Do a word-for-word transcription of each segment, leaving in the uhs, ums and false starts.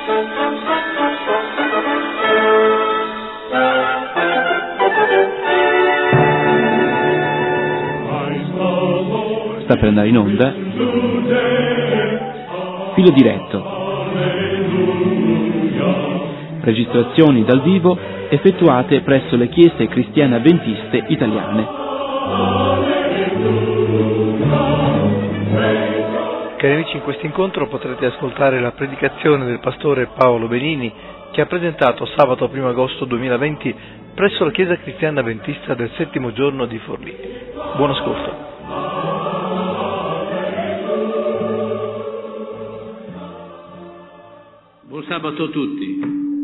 Sta per andare in onda Filo Diretto, registrazioni dal vivo effettuate presso le chiese cristiane avventiste italiane. Cari amici, in questo incontro potrete ascoltare la predicazione del pastore Paolo Benini, che ha presentato sabato primo agosto duemilaventi presso la chiesa cristiana avventista del settimo giorno di Forlì. Buon ascolto. Buon sabato a tutti.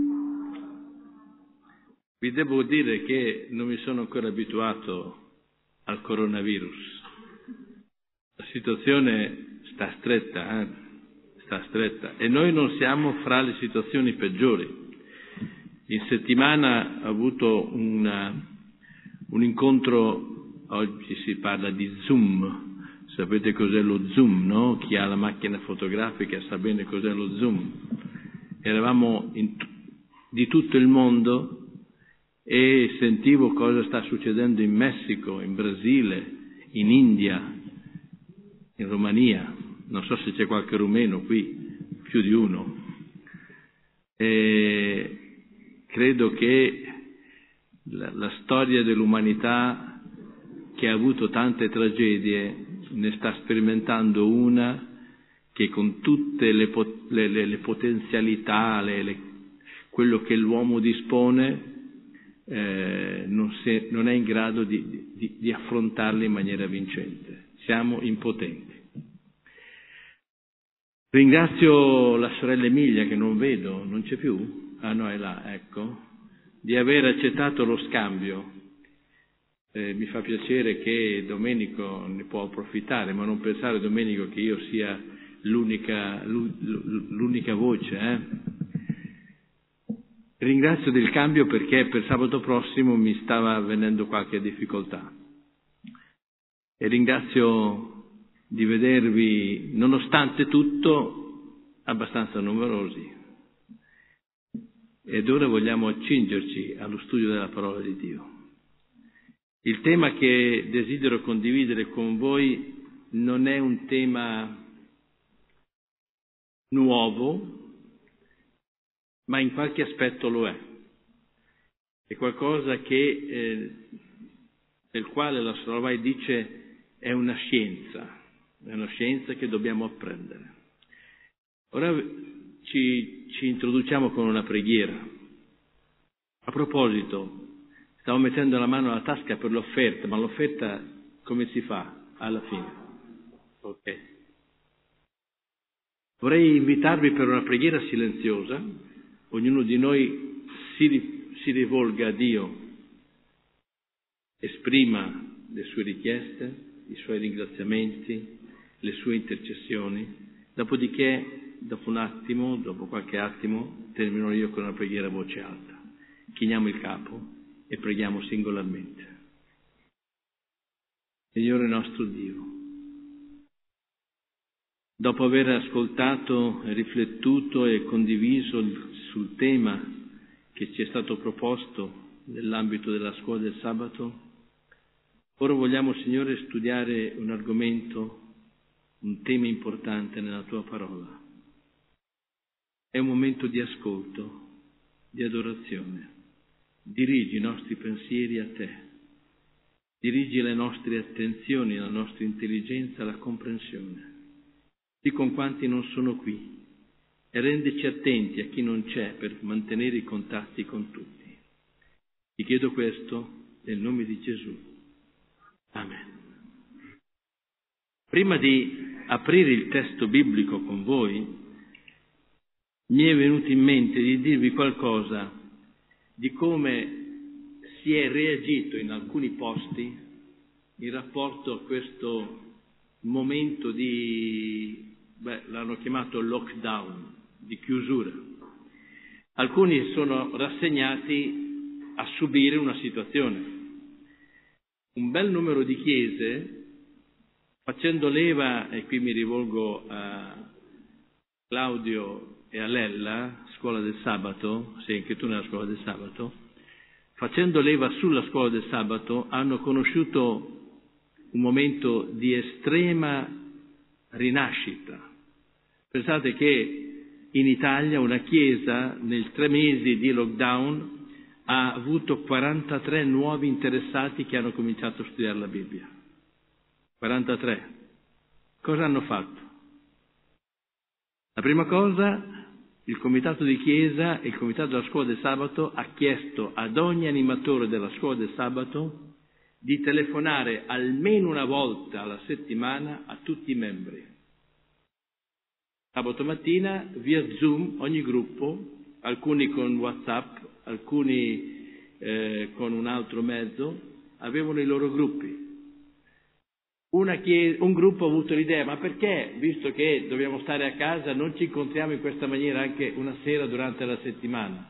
Vi devo dire che non mi sono ancora abituato al coronavirus. La situazione sta stretta, eh? sta stretta, e noi non siamo fra le situazioni peggiori. In settimana ho avuto una, un incontro, oggi si parla di Zoom, sapete cos'è lo Zoom, no? Chi ha la macchina fotografica sa bene cos'è lo Zoom. Eravamo in, di tutto il mondo e sentivo cosa sta succedendo in Messico, in Brasile, in India, in Romania. Non so se c'è qualche rumeno qui, più di uno. E credo che la, la storia dell'umanità, che ha avuto tante tragedie, ne sta sperimentando una che con tutte le, le, le, le potenzialità, le, le, quello che l'uomo dispone, eh, non, si, non è in grado di, di, di affrontarle in maniera vincente. Siamo impotenti. Ringrazio la sorella Emilia, che non vedo, non c'è più? Ah no, è là, ecco, di aver accettato lo scambio. Eh, mi fa piacere che Domenico ne può approfittare, ma non pensare, Domenico, che io sia l'unica, l'unica voce. Eh? Ringrazio del cambio perché per sabato prossimo mi stava avvenendo qualche difficoltà. E ringrazio di vedervi, nonostante tutto, abbastanza numerosi. Ed ora vogliamo accingerci allo studio della parola di Dio. Il tema che desidero condividere con voi non è un tema nuovo, ma in qualche aspetto lo è. È qualcosa che, eh, del quale la Solavai dice è una scienza, è una scienza che dobbiamo apprendere. Ora ci, ci introduciamo con una preghiera. A proposito, stavo mettendo la mano alla tasca per l'offerta, ma l'offerta come si fa alla fine? Ok. Vorrei invitarvi per una preghiera silenziosa. Ognuno di noi si, si rivolga a Dio, esprima le sue richieste, i suoi ringraziamenti, le sue intercessioni. Dopodiché, dopo un attimo, dopo qualche attimo, termino io con una preghiera a voce alta. Chiniamo il capo e preghiamo singolarmente. Signore nostro Dio, dopo aver ascoltato, riflettuto e condiviso sul tema che ci è stato proposto nell'ambito della scuola del sabato, ora vogliamo, Signore, studiare un argomento, un tema importante nella Tua parola. È un momento di ascolto, di adorazione. Dirigi i nostri pensieri a Te. Dirigi le nostre attenzioni, la nostra intelligenza alla comprensione. Sii con quanti non sono qui e rendici attenti a chi non c'è per mantenere i contatti con tutti. Ti chiedo questo nel nome di Gesù. Amen. Prima di aprire il testo biblico con voi, mi è venuto in mente di dirvi qualcosa di come si è reagito in alcuni posti in rapporto a questo momento di, beh, l'hanno chiamato lockdown, di chiusura. Alcuni sono rassegnati a subire una situazione. Un bel numero di chiese, facendo leva, e qui mi rivolgo a Claudio e a Lella, scuola del sabato, sei anche tu nella scuola del sabato, facendo leva sulla scuola del sabato, hanno conosciuto un momento di estrema rinascita. Pensate che in Italia una chiesa nel tre mesi di lockdown ha avuto quarantatré nuovi interessati che hanno cominciato a studiare la Bibbia. quarantatré. Cosa hanno fatto? La prima cosa, il comitato di chiesa e il comitato della scuola del sabato ha chiesto ad ogni animatore della scuola del sabato di telefonare almeno una volta alla settimana a tutti i membri. Sabato mattina, via Zoom, ogni gruppo, alcuni con WhatsApp, alcuni eh, con un altro mezzo, avevano i loro gruppi. Una chiesa, un gruppo ha avuto l'idea, ma perché, visto che dobbiamo stare a casa, non ci incontriamo in questa maniera anche una sera durante la settimana?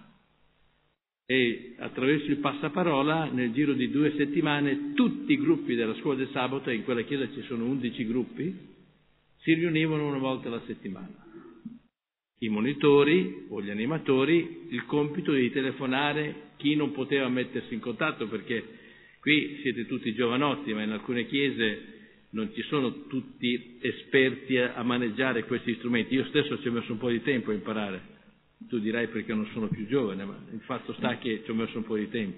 E attraverso il passaparola, nel giro di due settimane, tutti i gruppi della scuola del sabato, e in quella chiesa ci sono undici gruppi, si riunivano una volta alla settimana. I monitori o gli animatori il compito di telefonare chi non poteva mettersi in contatto, perché qui siete tutti giovanotti, ma in alcune chiese non ci sono tutti esperti a maneggiare questi strumenti. Io stesso ci ho messo un po' di tempo a imparare. Tu dirai perché non sono più giovane, ma il fatto sta che ci ho messo un po' di tempo.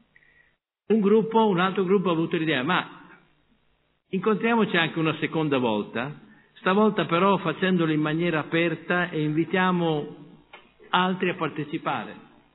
Un gruppo, un altro gruppo ha avuto l'idea, ma incontriamoci anche una seconda volta, stavolta però facendolo in maniera aperta e invitiamo altri a partecipare.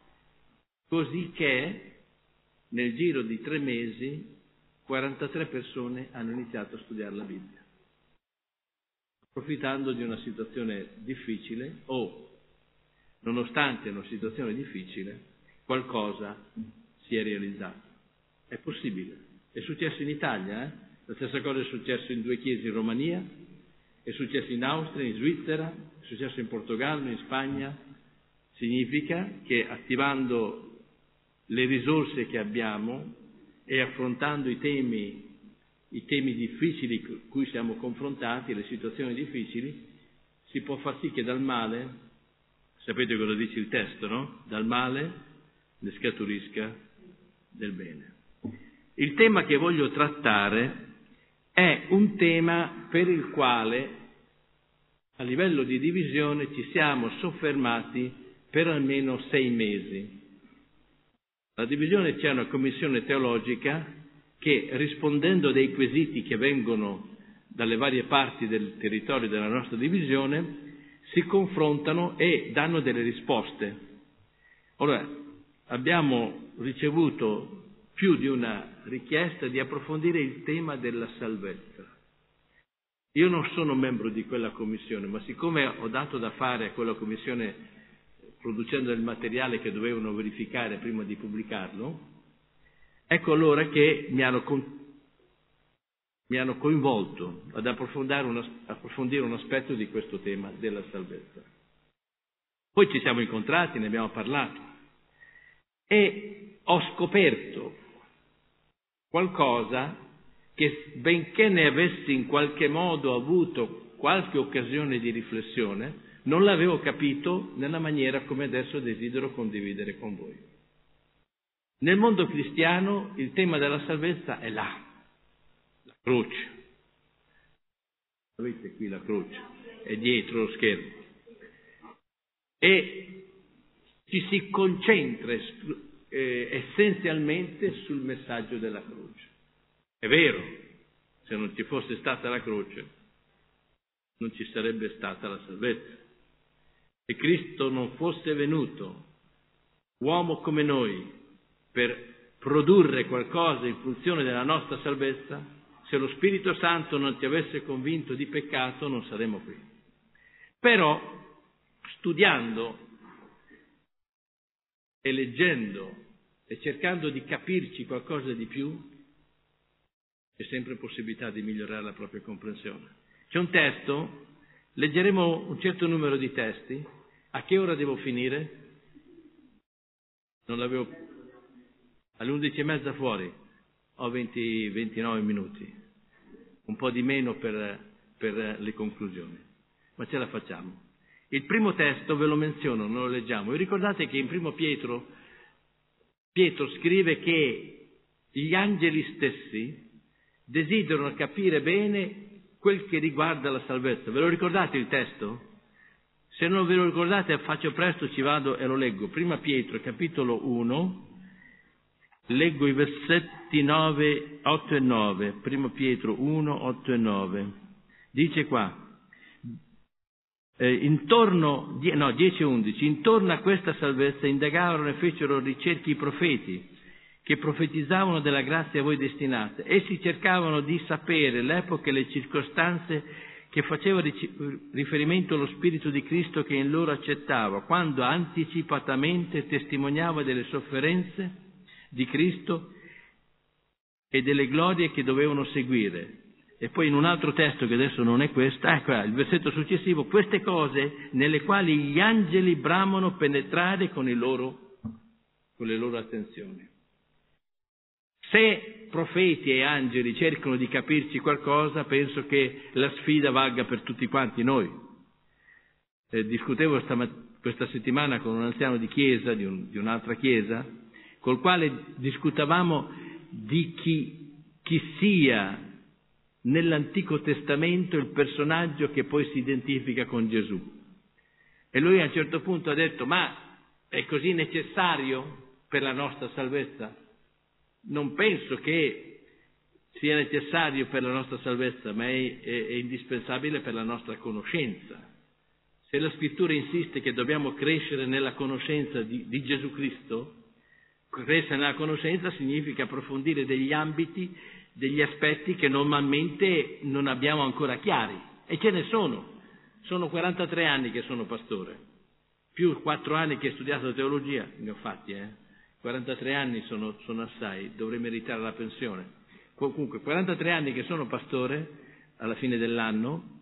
Così che nel giro di tre mesi quarantatré persone hanno iniziato a studiare la Bibbia, approfittando di una situazione difficile o, nonostante una situazione difficile, qualcosa si è realizzato. È possibile. È successo in Italia, eh? La stessa cosa è successo in due chiese in Romania, è successo in Austria, in Svizzera, è successo in Portogallo, in Spagna. Significa che attivando le risorse che abbiamo e affrontando i temi, i temi difficili con cui siamo confrontati, le situazioni difficili, si può far sì che dal male, sapete cosa dice il testo, no? Dal male ne scaturisca del bene. Il tema che voglio trattare è un tema per il quale a livello di divisione ci siamo soffermati per almeno sei mesi. La divisione c'è una commissione teologica che, rispondendo dei quesiti che vengono dalle varie parti del territorio della nostra divisione, si confrontano e danno delle risposte. Ora, abbiamo ricevuto più di una richiesta di approfondire il tema della salvezza. Io non sono membro di quella commissione, ma siccome ho dato da fare a quella commissione producendo del materiale che dovevano verificare prima di pubblicarlo, ecco allora che mi hanno, con... mi hanno coinvolto ad approfondire, una... approfondire un aspetto di questo tema della salvezza. Poi ci siamo incontrati, ne abbiamo parlato e ho scoperto qualcosa che, benché ne avessi in qualche modo avuto qualche occasione di riflessione, non l'avevo capito nella maniera come adesso desidero condividere con voi. Nel mondo cristiano il tema della salvezza è là, la croce. Avete qui la croce, è dietro lo schermo. E ci si concentra eh, essenzialmente sul messaggio della croce. È vero, se non ci fosse stata la croce, non ci sarebbe stata la salvezza. Se Cristo non fosse venuto, uomo come noi, per produrre qualcosa in funzione della nostra salvezza, se lo Spirito Santo non ti avesse convinto di peccato, non saremmo qui. Però, studiando e leggendo e cercando di capirci qualcosa di più, c'è sempre possibilità di migliorare la propria comprensione. C'è un testo, leggeremo un certo numero di testi. A che ora devo finire? Non l'avevo... alle undici e mezza fuori, ho venti ventinove minuti, un po' di meno per, per le conclusioni, ma ce la facciamo. Il primo testo ve lo menziono, non lo leggiamo. Vi ricordate che in primo Pietro, Pietro scrive che gli angeli stessi desiderano capire bene quel che riguarda la salvezza. Ve lo ricordate il testo? Se non ve lo ricordate, faccio presto, ci vado e lo leggo. Prima Pietro, capitolo uno, leggo i versetti nove, otto e nove. Primo Pietro uno, otto e nove. Dice qua, eh, intorno, no, dieci e undici, intorno a questa salvezza indagarono e fecero ricerche i profeti, che profetizzavano della grazia a voi destinata. Essi cercavano di sapere l'epoca e le circostanze che faceva riferimento allo Spirito di Cristo che in loro accettava, quando anticipatamente testimoniava delle sofferenze di Cristo e delle glorie che dovevano seguire. E poi in un altro testo, che adesso non è questo, ecco il versetto successivo, queste cose nelle quali gli angeli bramano penetrare con, i loro, con le loro attenzioni. Se profeti e angeli cercano di capirci qualcosa, penso che la sfida valga per tutti quanti noi. Eh, discutevo stamat- questa settimana con un anziano di chiesa, di, un, di un'altra chiesa, col quale discutavamo di chi, chi sia nell'Antico Testamento il personaggio che poi si identifica con Gesù. E lui a un certo punto ha detto, ma è così necessario per la nostra salvezza? Non penso che sia necessario per la nostra salvezza, ma è, è, è indispensabile per la nostra conoscenza. Se la Scrittura insiste che dobbiamo crescere nella conoscenza di, di Gesù Cristo, crescere nella conoscenza significa approfondire degli ambiti, degli aspetti che normalmente non abbiamo ancora chiari. E ce ne sono. Sono quarantatré anni che sono pastore, più quattro anni che ho studiato teologia, ne ho fatti, eh. quarantatré anni sono, sono assai, dovrei meritare la pensione. Comunque, quarantatré anni che sono pastore, alla fine dell'anno,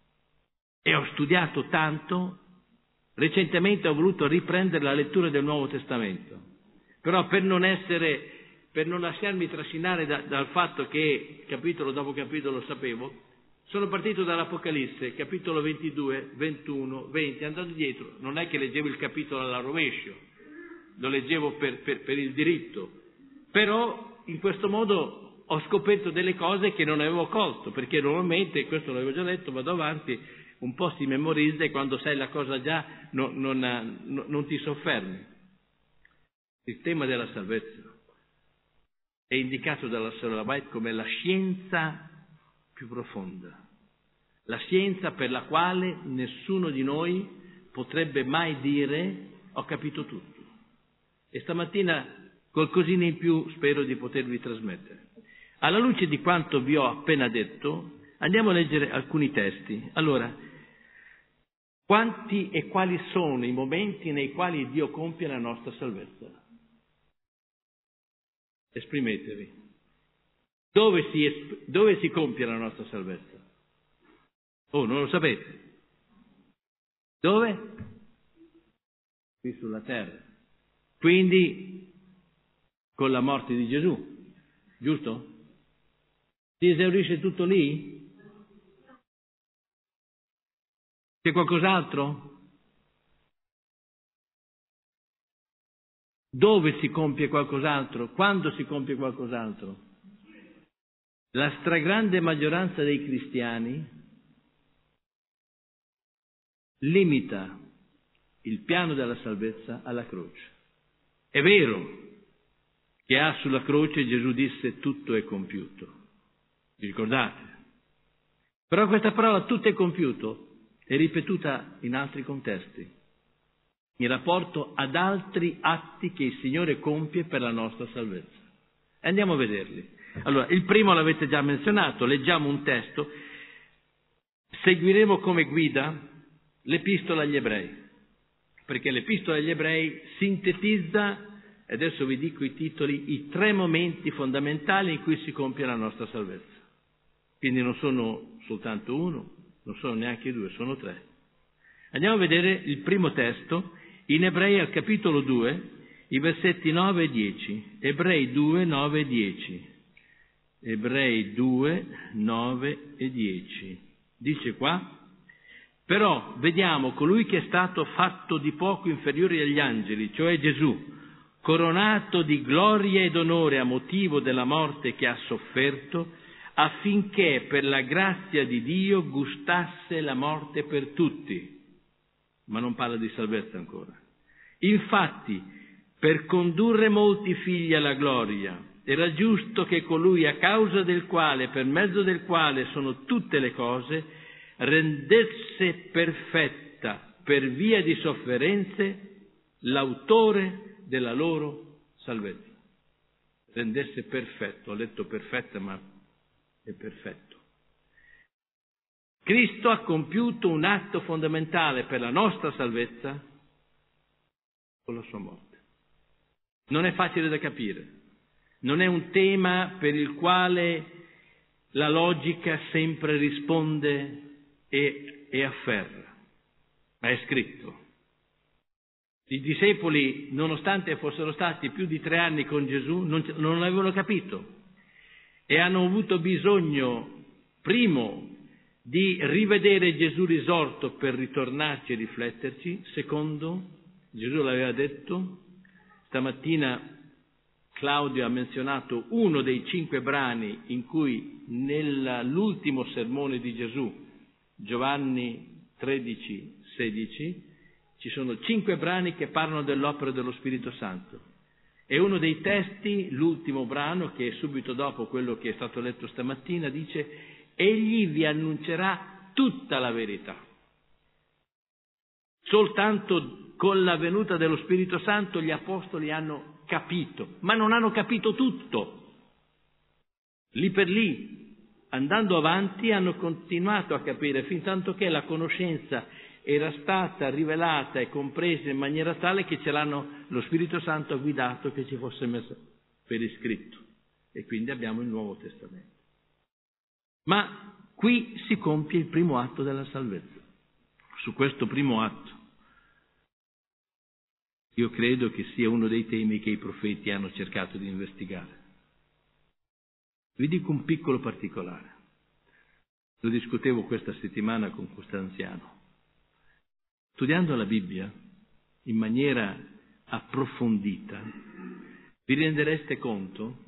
e ho studiato tanto. Recentemente ho voluto riprendere la lettura del Nuovo Testamento, però per non essere, per non lasciarmi trascinare da, dal fatto che capitolo dopo capitolo sapevo, sono partito dall'Apocalisse, capitolo ventidue, ventuno, venti, andando dietro. Non è che leggevo il capitolo alla rovescio, lo leggevo per, per, per il diritto, però in questo modo ho scoperto delle cose che non avevo colto, perché normalmente, questo l'avevo già detto, vado avanti, un po' si memorizza e quando sai la cosa già non, non, non, non ti soffermi. Il tema della salvezza è indicato dalla Sorella White come la scienza più profonda, la scienza per la quale nessuno di noi potrebbe mai dire ho capito tutto. E stamattina qualcosina in più spero di potervi trasmettere. Alla luce di quanto vi ho appena detto, andiamo a leggere alcuni testi. Allora, quanti e quali sono i momenti nei quali Dio compie la nostra salvezza? Esprimetevi. Dove si, esp- dove si compie la nostra salvezza? Oh, non lo sapete? Dove? Qui sulla terra. Quindi con la morte di Gesù, giusto? Si esaurisce tutto lì? C'è qualcos'altro? Dove si compie qualcos'altro? Quando si compie qualcos'altro? La stragrande maggioranza dei cristiani limita il piano della salvezza alla croce. È vero che ah, sulla croce Gesù disse tutto è compiuto, vi ricordate? Però questa parola tutto è compiuto è ripetuta in altri contesti, in rapporto ad altri atti che il Signore compie per la nostra salvezza. E andiamo a vederli. Allora, il primo l'avete già menzionato, leggiamo un testo, seguiremo come guida l'Epistola agli Ebrei, perché l'Epistola agli Ebrei sintetizza, e adesso vi dico i titoli, i tre momenti fondamentali in cui si compie la nostra salvezza. Quindi non sono soltanto uno, non sono neanche due, sono tre. Andiamo a vedere il primo testo in Ebrei al capitolo due, i versetti nove e dieci. Ebrei due, nove e dieci. Ebrei due, nove e dieci. Dice qua: Però vediamo colui che è stato fatto di poco inferiore agli angeli, cioè Gesù, coronato di gloria ed onore a motivo della morte che ha sofferto, affinché per la grazia di Dio gustasse la morte per tutti. Ma non parla di salvezza ancora. Infatti, per condurre molti figli alla gloria, era giusto che colui a causa del quale, per mezzo del quale sono tutte le cose, rendesse perfetta per via di sofferenze l'autore della loro salvezza. Rendesse perfetto, ho letto perfetta, ma è perfetto. Cristo ha compiuto un atto fondamentale per la nostra salvezza con la sua morte. Non è facile da capire, non è un tema per il quale la logica sempre risponde e, e afferra, ma è scritto. I discepoli, nonostante fossero stati più di tre anni con Gesù, non, non l'avevano capito e hanno avuto bisogno, primo, di rivedere Gesù risorto per ritornarci e rifletterci. Secondo, Gesù l'aveva detto, stamattina Claudio ha menzionato uno dei cinque brani in cui nell'ultimo sermone di Gesù, Giovanni tredici sedici, ci sono cinque brani che parlano dell'opera dello Spirito Santo. E uno dei testi, l'ultimo brano, che è subito dopo quello che è stato letto stamattina, dice: egli vi annuncerà tutta la verità. Soltanto con la venuta dello Spirito Santo gli apostoli hanno capito, ma non hanno capito tutto. Lì per lì, andando avanti, hanno continuato a capire, fin tanto che la conoscenza era stata rivelata e compresa in maniera tale che ce l'hanno, lo Spirito Santo ha guidato che ci fosse messo per iscritto. E quindi abbiamo il Nuovo Testamento. Ma qui si compie il primo atto della salvezza. Su questo primo atto io credo che sia uno dei temi che i profeti hanno cercato di investigare. Vi dico un piccolo particolare. Lo discutevo questa settimana con Costanziano. Studiando la Bibbia in maniera approfondita, vi rendereste conto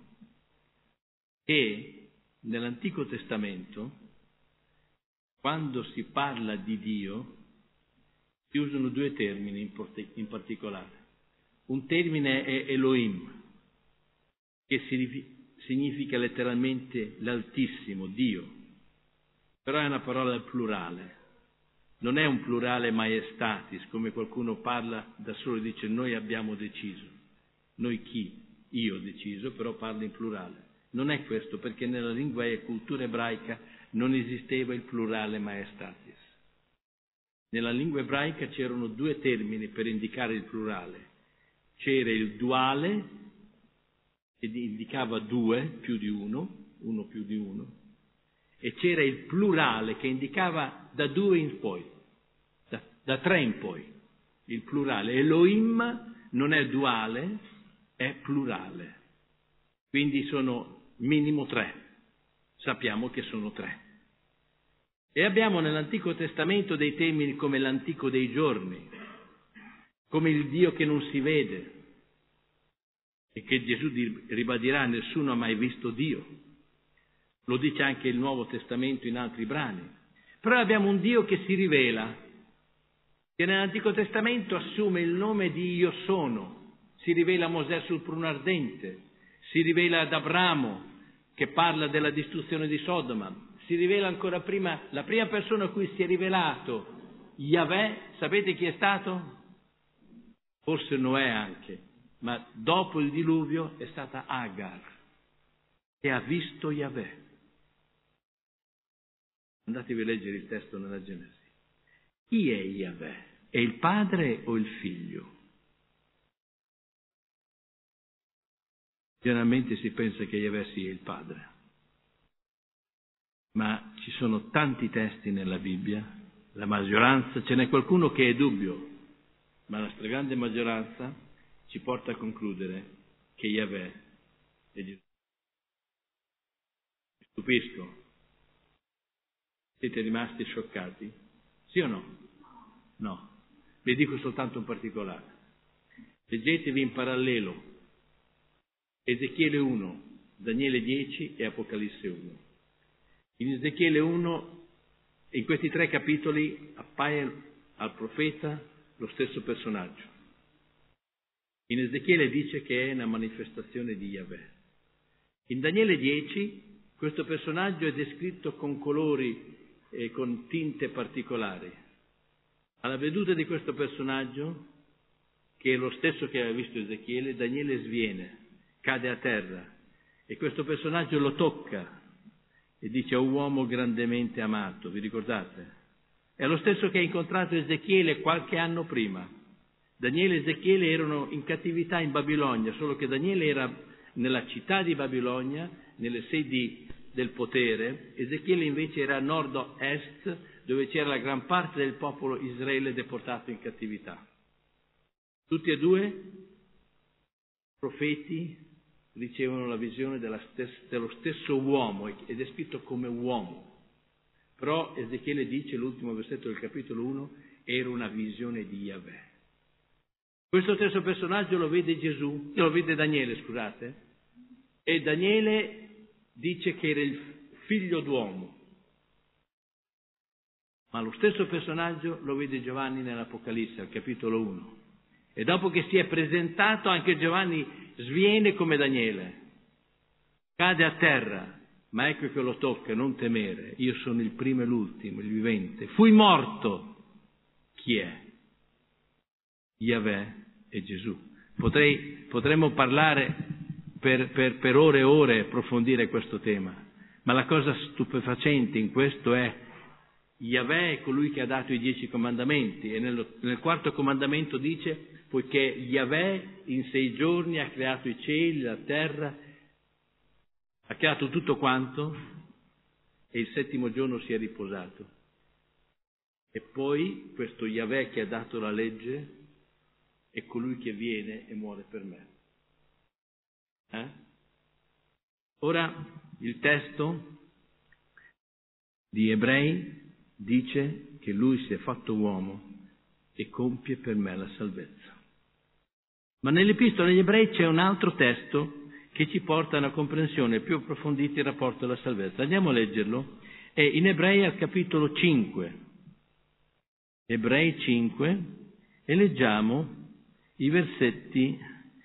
che nell'Antico Testamento, quando si parla di Dio, si usano due termini in particolare. Un termine è Elohim, che significa letteralmente l'Altissimo, Dio, però è una parola plurale. Non è un plurale maestatis, come qualcuno parla da solo e dice noi abbiamo deciso. Noi chi? Io ho deciso, però parla in plurale. Non è questo, perché nella lingua e cultura ebraica non esisteva il plurale maestatis. Nella lingua ebraica c'erano due termini per indicare il plurale. C'era il duale, che indicava due più di uno, uno più di uno, e c'era il plurale che indicava da due in poi, da, da tre in poi, il plurale. Elohim non è duale, è plurale. Quindi sono minimo tre, sappiamo che sono tre. E abbiamo nell'Antico Testamento dei temi come l'antico dei giorni, come il Dio che non si vede, e che Gesù ribadirà, nessuno ha mai visto Dio. Lo dice anche il Nuovo Testamento in altri brani. Però abbiamo un Dio che si rivela, che nell'Antico Testamento assume il nome di Io sono, si rivela a Mosè sul pruno ardente, si rivela ad Abramo che parla della distruzione di Sodoma, si rivela ancora prima, la prima persona a cui si è rivelato Yahweh, sapete chi è stato? Forse Noè anche, ma dopo il diluvio è stata Agar, che ha visto Yahweh. Andatevi a leggere il testo nella Genesi. Chi è Yahweh? È il padre o il figlio? Generalmente si pensa che Yahweh sia il padre, ma ci sono tanti testi nella Bibbia, la maggioranza, ce n'è qualcuno che è dubbio, ma la stragrande maggioranza ci porta a concludere che Yahweh è Gesù. Mi stupisco. Siete rimasti scioccati? Sì o no? No. Vi dico soltanto un particolare. Leggetevi in parallelo Ezechiele uno, Daniele dieci e Apocalisse uno. In Ezechiele uno, in questi tre capitoli, appaia al profeta lo stesso personaggio. In Ezechiele dice che è una manifestazione di Yahweh. In Daniele dieci questo personaggio è descritto con colori e con tinte particolari. Alla veduta di questo personaggio, che è lo stesso che aveva visto Ezechiele, Daniele sviene, cade a terra e questo personaggio lo tocca e dice: "O uomo grandemente amato", vi ricordate? È lo stesso che ha incontrato Ezechiele qualche anno prima. Daniele e Ezechiele erano in cattività in Babilonia, solo che Daniele era nella città di Babilonia, nelle sedi del potere, Ezechiele invece era a nord-est, dove c'era la gran parte del popolo Israele deportato in cattività. Tutti e due profeti ricevono la visione della stes- dello stesso uomo, ed è scritto come uomo. Però Ezechiele dice, l'ultimo versetto del capitolo uno, era una visione di Yahweh. Questo stesso personaggio lo vede Gesù, lo vede Daniele, scusate, e Daniele dice che era il figlio d'uomo. Ma lo stesso personaggio lo vede Giovanni nell'Apocalisse, al capitolo uno. E dopo che si è presentato, anche Giovanni sviene come Daniele, cade a terra, ma ecco che lo tocca: "Non temere, io sono il primo e l'ultimo, il vivente. Fui morto." Chi è? Yahweh e Gesù. Potrei, potremmo parlare per, per, per ore e ore e approfondire questo tema, ma la cosa stupefacente in questo è Yahweh è colui che ha dato i dieci comandamenti, e nello, nel quarto comandamento dice: "Poiché Yahweh in sei giorni ha creato i cieli, la terra, ha creato tutto quanto, e il settimo giorno si è riposato." E poi questo Yahweh che ha dato la legge è colui che viene e muore per me. Eh? Ora il testo di Ebrei dice che lui si è fatto uomo e compie per me la salvezza. Ma nell'Epistola agli Ebrei c'è un altro testo che ci porta a una comprensione più approfondita in rapporto alla salvezza. Andiamo a leggerlo. È in Ebrei al capitolo cinque. Ebrei cinque, e leggiamo i versetti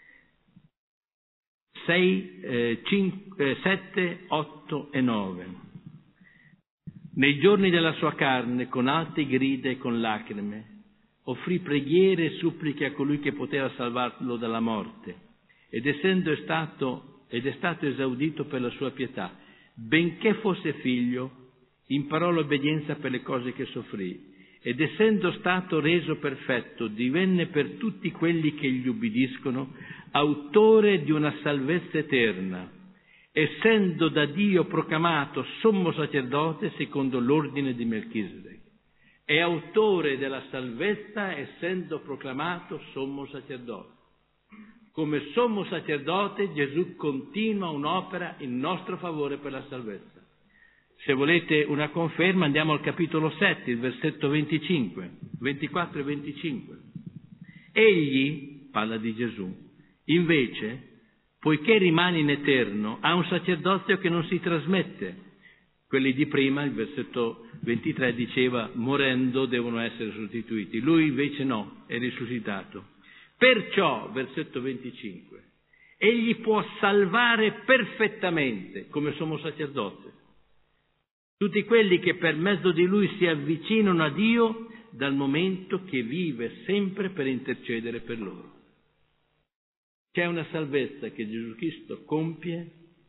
sei, cinque, sette, otto e nove. Nei giorni della sua carne, con alte grida e con lacrime, offrì preghiere e suppliche a colui che poteva salvarlo dalla morte, ed essendo stato, ed è stato esaudito per la sua pietà. Benché fosse figlio, imparò l'obbedienza per le cose che soffrì, ed essendo stato reso perfetto, divenne per tutti quelli che gli ubbidiscono autore di una salvezza eterna, essendo da Dio proclamato sommo sacerdote secondo l'ordine di Melchisedec. È autore della salvezza essendo proclamato sommo sacerdote. Come sommo sacerdote Gesù continua un'opera in nostro favore per la salvezza. Se volete una conferma andiamo al capitolo sette, il versetto venticinque, ventiquattro e venticinque. Egli, parla di Gesù, invece, poiché rimane in eterno, ha un sacerdozio che non si trasmette. Quelli di prima, il versetto ventitré, diceva morendo devono essere sostituiti. Lui invece no, è risuscitato. Perciò, versetto venticinque, egli può salvare perfettamente come sommo sacerdote tutti quelli che per mezzo di lui si avvicinano a Dio, dal momento che vive sempre per intercedere per loro. C'è una salvezza che Gesù Cristo compie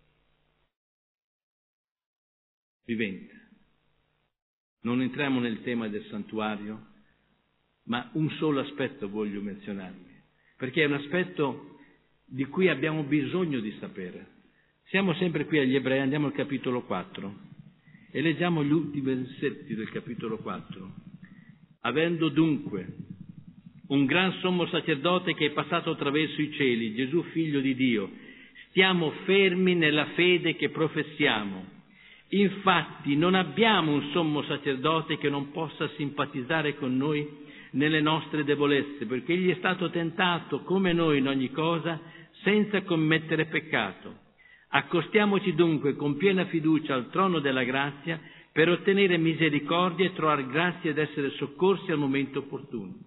vivente. Non entriamo nel tema del santuario, ma un solo aspetto voglio menzionarvi, perché è un aspetto di cui abbiamo bisogno di sapere. Siamo sempre qui agli Ebrei, andiamo al capitolo quattro e leggiamo gli ultimi versetti del capitolo quattro. Avendo dunque un gran sommo sacerdote che è passato attraverso i cieli, Gesù figlio di Dio, stiamo fermi nella fede che professiamo Infatti non abbiamo un sommo sacerdote che non possa simpatizzare con noi nelle nostre debolezze, perché egli è stato tentato come noi in ogni cosa, senza commettere peccato. Accostiamoci dunque con piena fiducia al trono della grazia per ottenere misericordia e trovare grazia ed essere soccorsi al momento opportuno.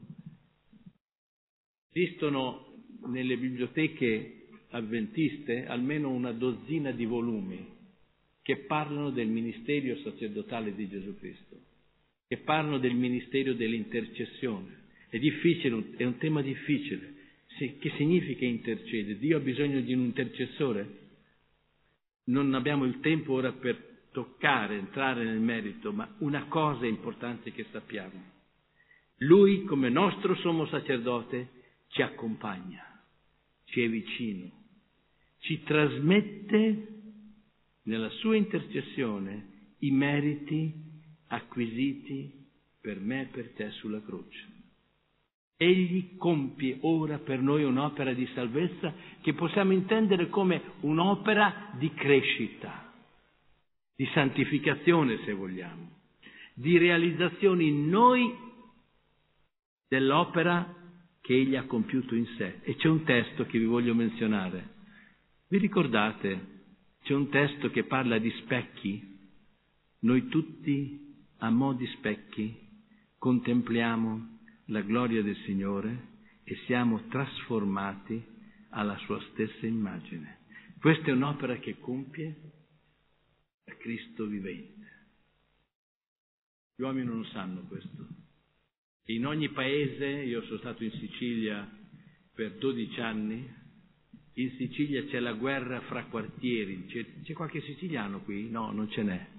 Esistono nelle biblioteche avventiste almeno una dozzina di volumi che parlano del ministero sacerdotale di Gesù Cristo, che parlano del ministero dell'intercessione. È difficile, è un tema difficile. Che significa intercede? Dio ha bisogno di un intercessore? Non abbiamo il tempo ora per toccare, entrare nel merito, ma una cosa è importante che sappiamo. Lui, come nostro sommo sacerdote, ci accompagna, ci è vicino, ci trasmette nella sua intercessione i meriti acquisiti per me e per te sulla croce. Egli compie ora per noi un'opera di salvezza che possiamo intendere come un'opera di crescita, di santificazione se vogliamo, di realizzazione in noi dell'opera che egli ha compiuto in sé. E c'è un testo che vi voglio menzionare. Vi ricordate? C'è un testo che parla di specchi. Noi tutti, a mo' di specchi, contempliamo la gloria del Signore e siamo trasformati alla sua stessa immagine. Questa è un'opera che compie a Cristo vivente. Gli uomini non sanno questo. In ogni paese, io sono stato in Sicilia per dodici anni, in Sicilia c'è la guerra fra quartieri. C'è, c'è qualche siciliano qui? No, non ce n'è.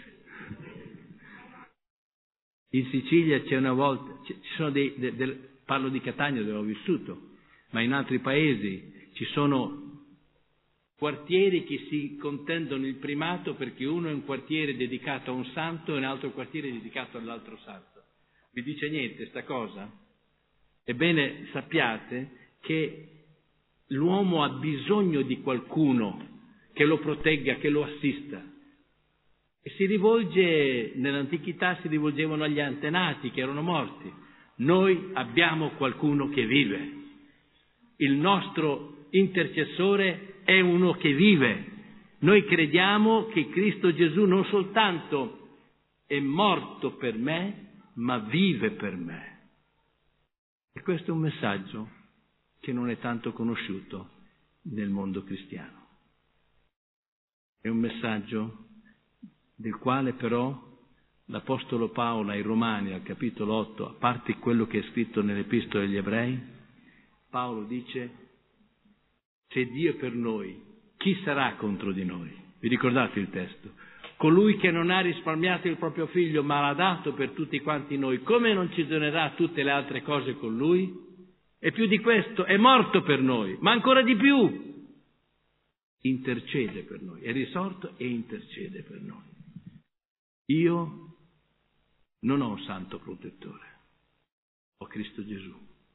In Sicilia c'è una volta, ci sono dei, de, de, parlo di Catania dove ho vissuto, ma in altri paesi ci sono quartieri che si contendono il primato perché uno è un quartiere dedicato a un santo e un altro quartiere dedicato all'altro santo. Vi dice niente sta cosa? Ebbene, sappiate che l'uomo ha bisogno di qualcuno che lo protegga, che lo assista. E si rivolge, nell'antichità si rivolgevano agli antenati che erano morti. Noi abbiamo qualcuno che vive. Il nostro intercessore è uno che vive. Noi crediamo che Cristo Gesù non soltanto è morto per me, ma vive per me. E questo è un messaggio che non è tanto conosciuto nel mondo cristiano. È un messaggio del quale però l'Apostolo Paolo ai Romani, al capitolo otto, a parte quello che è scritto nell'Epistola agli Ebrei, Paolo dice: se Dio è per noi, chi sarà contro di noi? Vi ricordate il testo? Colui che non ha risparmiato il proprio figlio ma l'ha dato per tutti quanti noi, come non ci donerà tutte le altre cose con lui? E più di questo, è morto per noi, ma ancora di più intercede per noi, è risorto e intercede per noi. Io non ho un santo protettore, ho Cristo Gesù.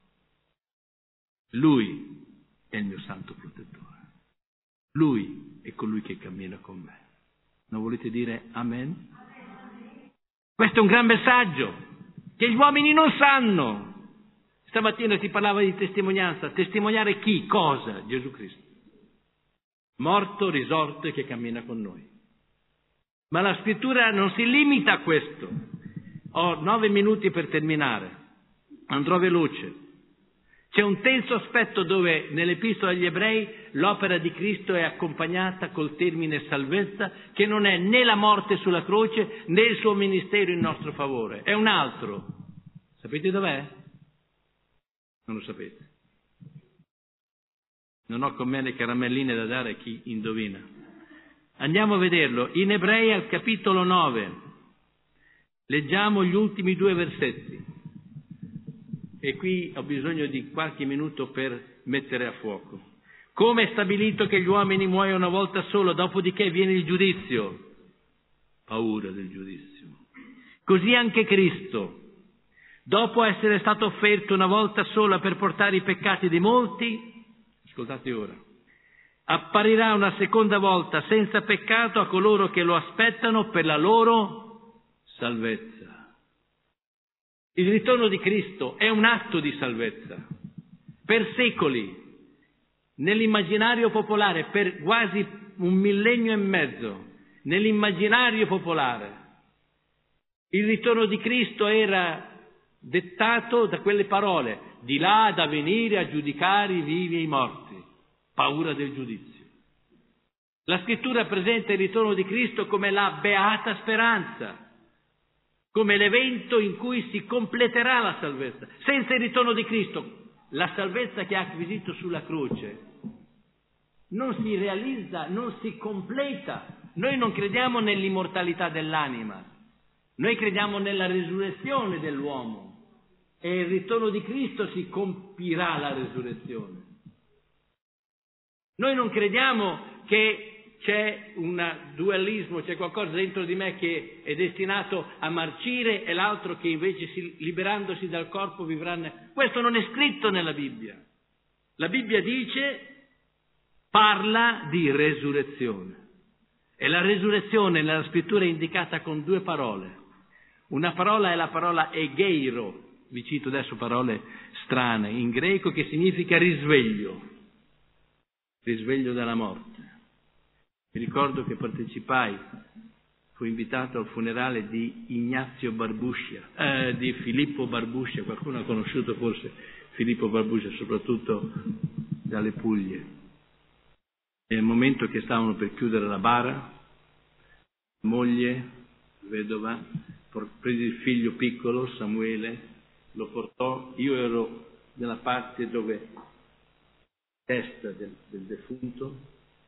Lui è il mio santo protettore. Lui è colui che cammina con me. Non volete dire amen? Questo è un gran messaggio che gli uomini non sanno. Stamattina si parlava di testimonianza. Testimoniare chi? Cosa? Gesù Cristo. Morto, risorto e che cammina con noi. Ma la scrittura non si limita a questo. Ho nove minuti per terminare. Andrò veloce. C'è un terzo aspetto dove nell'Epistola agli Ebrei l'opera di Cristo è accompagnata col termine salvezza, che non è né la morte sulla croce né il suo ministero in nostro favore. È un altro. Sapete dov'è? Non lo sapete. Non ho con me le caramelline da dare a chi indovina. Andiamo a vederlo. In Ebrei al capitolo nove. Leggiamo gli ultimi due versetti. E qui ho bisogno di qualche minuto per mettere a fuoco. Come è stabilito che gli uomini muoiono una volta sola, dopodiché viene il giudizio? Paura del giudizio. Così anche Cristo, dopo essere stato offerto una volta sola per portare i peccati di molti, ascoltate ora, apparirà una seconda volta senza peccato a coloro che lo aspettano per la loro salvezza. Il ritorno di Cristo è un atto di salvezza. Per secoli, nell'immaginario popolare, per quasi un millennio e mezzo, nell'immaginario popolare, il ritorno di Cristo era dettato da quelle parole: di là da venire a giudicare i vivi e i morti, paura del giudizio. La scrittura presenta il ritorno di Cristo come la beata speranza, come l'evento in cui si completerà la salvezza. Senza il ritorno di Cristo, la salvezza che ha acquisito sulla croce non si realizza, non si completa. Noi non crediamo nell'immortalità dell'anima, noi crediamo nella resurrezione dell'uomo, e il ritorno di Cristo si compirà la resurrezione. Noi non crediamo che c'è un dualismo, c'è qualcosa dentro di me che è destinato a marcire e l'altro che invece, si, liberandosi dal corpo, vivrà. Ne... Questo non è scritto nella Bibbia. La Bibbia dice, parla di resurrezione. E la resurrezione nella scrittura è indicata con due parole. Una parola è la parola egeiro, vi cito adesso parole strane, in greco, che significa risveglio, risveglio dalla morte. Mi ricordo che partecipai, fui invitato al funerale di Ignazio Barbuscia, eh, di Filippo Barbuscia, qualcuno ha conosciuto forse Filippo Barbuscia, soprattutto dalle Puglie. Nel momento che stavano per chiudere la bara, moglie, vedova, prese il figlio piccolo, Samuele, lo portò, io ero nella parte dove testa del, del defunto,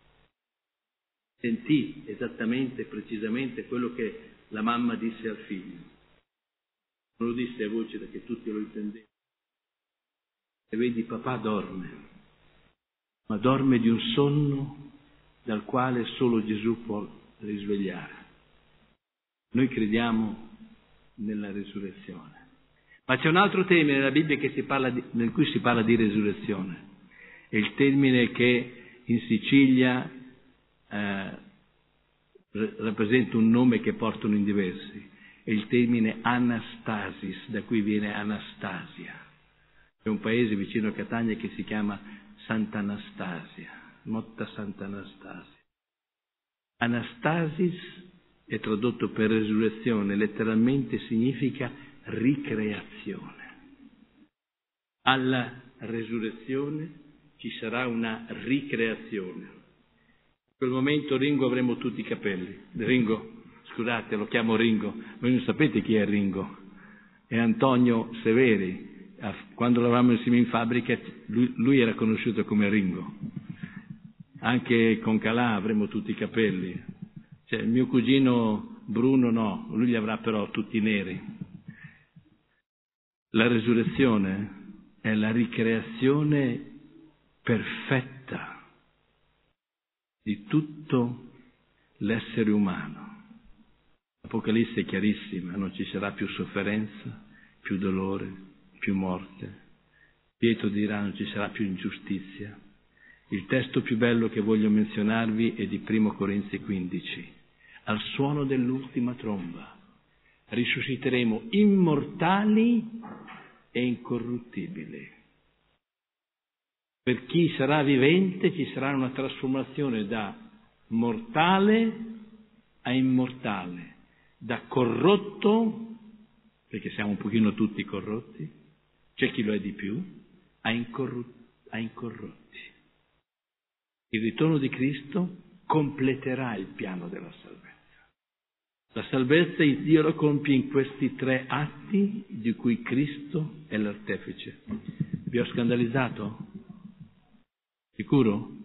sentì esattamente, precisamente quello che la mamma disse al figlio. Non lo disse a voce perché tutti lo intendevano. E vedi, papà dorme, ma dorme di un sonno dal quale solo Gesù può risvegliare. Noi crediamo nella resurrezione. Ma c'è un altro termine nella Bibbia che si parla di, nel cui si parla di resurrezione. È il termine che in Sicilia eh, rappresenta un nome che portano in diversi. È il termine Anastasis, da cui viene Anastasia. C'è un paese vicino a Catania che si chiama Sant'Anastasia, Motta Sant'Anastasia. Anastasis è tradotto per resurrezione, letteralmente significa ricreazione. Alla resurrezione ci sarà una ricreazione. In quel momento Ringo avremo tutti i capelli. Ringo, scusate, lo chiamo Ringo, voi non sapete chi è Ringo? È Antonio Severi. Quando eravamo insieme in fabbrica lui, lui era conosciuto come Ringo. Anche con Calà avremo tutti i capelli. Cioè, il mio cugino Bruno no, lui li avrà però tutti neri. La resurrezione è la ricreazione perfetta di tutto l'essere umano. L'Apocalisse è chiarissima, non ci sarà più sofferenza, più dolore, più morte. Pietro dirà non ci sarà più ingiustizia. Il testo più bello che voglio menzionarvi è di Primo Corinzi quindici. Al suono dell'ultima tromba risusciteremo immortali e incorruttibili. Per chi sarà vivente ci sarà una trasformazione da mortale a immortale, da corrotto, perché siamo un pochino tutti corrotti, c'è chi lo è di più, a, incorru- a incorrotti. Il ritorno di Cristo completerà il piano della salvezza. La salvezza Dio lo compie in questi tre atti di cui Cristo è l'artefice. Vi ho scandalizzato? Sicuro?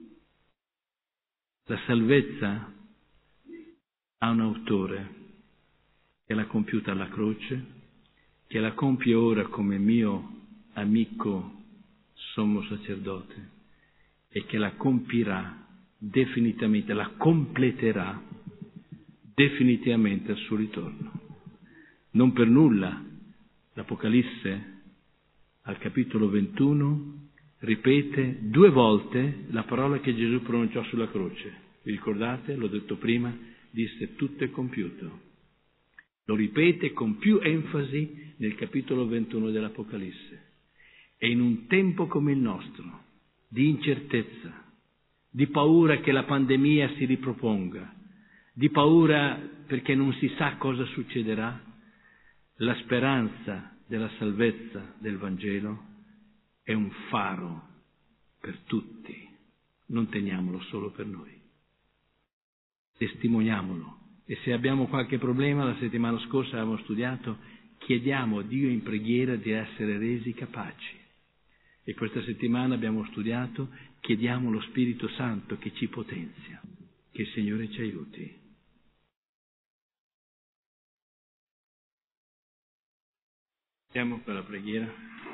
La salvezza ha un autore che l'ha compiuta alla croce, che la compie ora come mio amico sommo sacerdote e che la compirà definitivamente, la completerà definitivamente al suo ritorno. Non per nulla l'Apocalisse al capitolo ventuno ripete due volte la parola che Gesù pronunciò sulla croce. Vi ricordate? L'ho detto prima, disse tutto è compiuto. Lo ripete con più enfasi nel capitolo ventuno dell'Apocalisse. E in un tempo come il nostro, di incertezza, di paura che la pandemia si riproponga, di paura perché non si sa cosa succederà, la speranza della salvezza del Vangelo è un faro per tutti, non teniamolo solo per noi. Testimoniamolo. E se abbiamo qualche problema, la settimana scorsa abbiamo studiato, chiediamo a Dio in preghiera di essere resi capaci. E questa settimana abbiamo studiato, chiediamo lo Spirito Santo che ci potenzia, che il Signore ci aiuti. Siamo per la preghiera.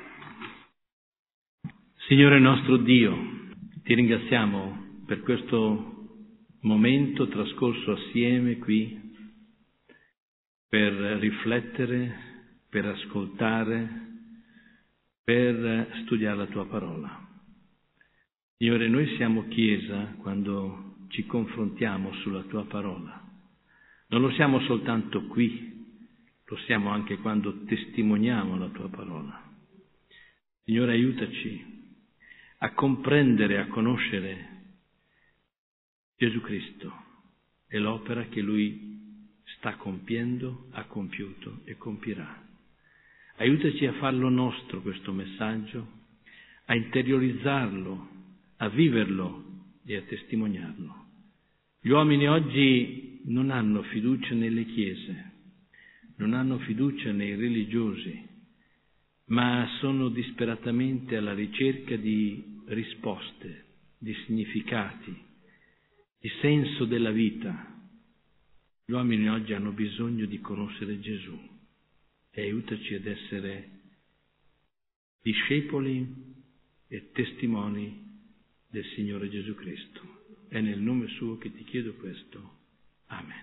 Signore nostro Dio, ti ringraziamo per questo momento trascorso assieme qui, per riflettere, per ascoltare, per studiare la tua parola. Signore, noi siamo Chiesa quando ci confrontiamo sulla tua parola. Non lo siamo soltanto qui, lo siamo anche quando testimoniamo la tua parola. Signore, aiutaci a comprendere, a conoscere Gesù Cristo e l'opera che Lui sta compiendo, ha compiuto e compirà. Aiutaci a farlo nostro questo messaggio, a interiorizzarlo, a viverlo e a testimoniarlo. Gli uomini oggi non hanno fiducia nelle chiese, non hanno fiducia nei religiosi, ma sono disperatamente alla ricerca di risposte, di significati, di senso della vita. Gli uomini oggi hanno bisogno di conoscere Gesù e aiutaci ad essere discepoli e testimoni del Signore Gesù Cristo. È nel nome suo che ti chiedo questo. Amen.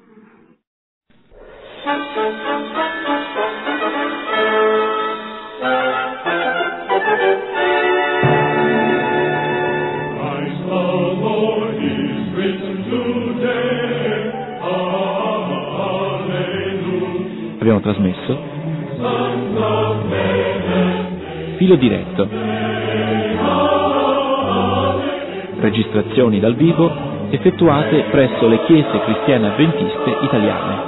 Abbiamo trasmesso Filo diretto. Registrazioni dal vivo effettuate presso le chiese cristiane avventiste italiane.